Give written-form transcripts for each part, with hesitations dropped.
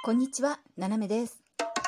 こんにちは、ななめです。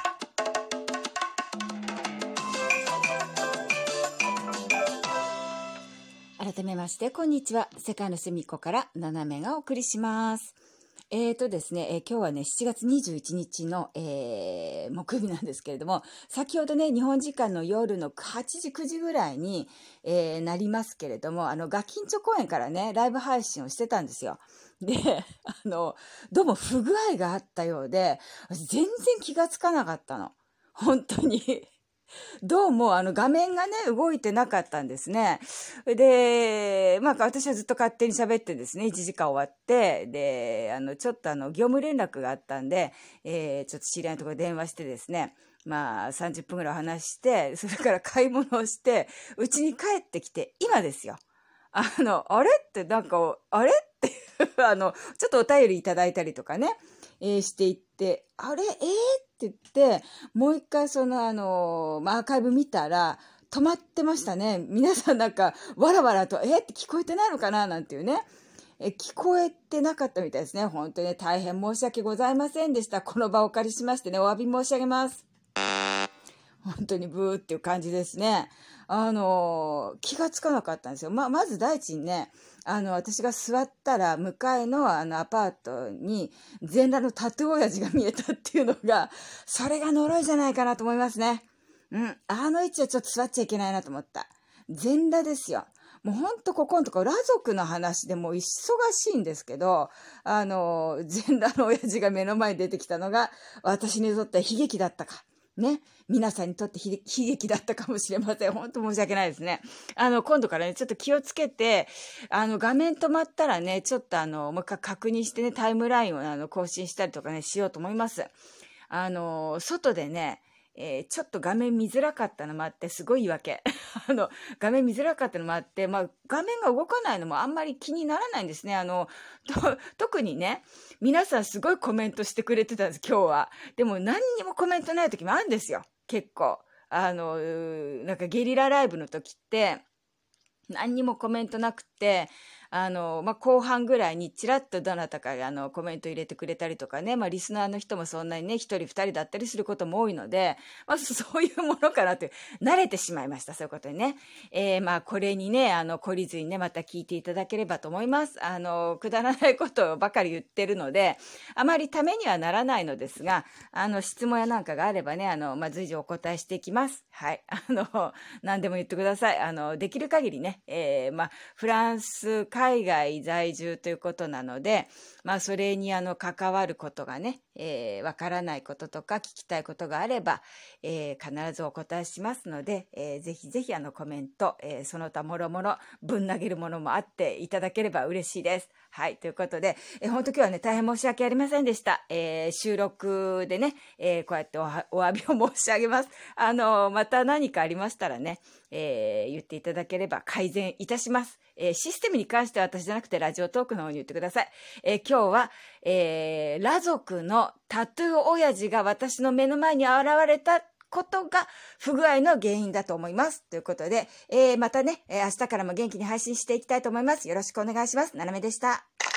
改めまして、こんにちは。世界の隅っこからななめがお送りします。ですね、今日はね、7月21日の、木曜日なんですけれども、先ほどね、日本時間の夜の8時、9時ぐらいに、なりますけれども、ガキンチョ公園からね、ライブ配信をしてたんですよ。で、どうも不具合があったようで、私全然気がつかなかったの。本当に。どうも画面がね、動いてなかったんですね。で、まあ私はずっと勝手に喋ってですね、1時間終わって、で、ちょっと業務連絡があったんで、ちょっと知り合いのところに電話してですね、まあ30分ぐらい話して、それから買い物をして、家に帰ってきて、今ですよ。あれってなんか、あれってちょっとお便りいただいたりとかね、していって、あれって言って、もう一回アーカイブ見たら、止まってましたね。皆さんなんか、わらわらと、って聞こえてないのかななんていうね。聞こえてなかったみたいですね。本当にね、大変申し訳ございませんでした。この場をお借りしましてね、お詫び申し上げます。本当にブーっていう感じですね。気がつかなかったんですよ。まず第一にね、私が座ったら、向かいのアパートに、全裸のタトゥー親父が見えたっていうのが、それが呪いじゃないかなと思いますね。あの位置はちょっと座っちゃいけないなと思った。全裸ですよ。もうほんとここのとこ裸族の話でもう忙しいんですけど、全裸の親父が目の前に出てきたのが、私にとっては悲劇だったか。ね。皆さんにとって悲劇だったかもしれません。本当申し訳ないですね。今度からね、ちょっと気をつけて、画面止まったらね、ちょっともう一回確認してね、タイムラインを更新したりとかね、しようと思います。外でね、ちょっと画面見づらかったのもあって、すごい言い訳。画面見づらかったのもあって、画面が動かないのもあんまり気にならないんですね。特にね、皆さんすごいコメントしてくれてたんです、今日は。でも何にもコメントない時もあるんですよ、結構。なんかゲリラライブの時って、何にもコメントなくて、後半ぐらいにちらっとどなたかがコメント入れてくれたりとかね、リスナーの人もそんなにね、一人二人だったりすることも多いので、そういうものかなって、慣れてしまいました、そういうことにね。これにね、懲りずにね、また聞いていただければと思います。くだらないことばかり言ってるので、あまりためにはならないのですが、質問やなんかがあればね、随時お答えしていきます。はい。何でも言ってください。できる限りね、フランス、海外在住ということなので、それに関わることがね、わからないこととか聞きたいことがあれば、必ずお答えしますので、ぜひぜひコメント、その他もろもろぶん投げるものもあっていただければ嬉しいです。はい、ということで、本当今日はね、大変申し訳ありませんでした。収録でね、こうやってお詫びを申し上げます。また何かありましたらね、言っていただければ改善いたします。システムに関しては私じゃなくてラジオトークの方に言ってください。今日は、裸族のタトゥー親父が私の目の前に現れたことが不具合の原因だと思います。ということで、またね、明日からも元気に配信していきたいと思います。よろしくお願いします。ななめでした。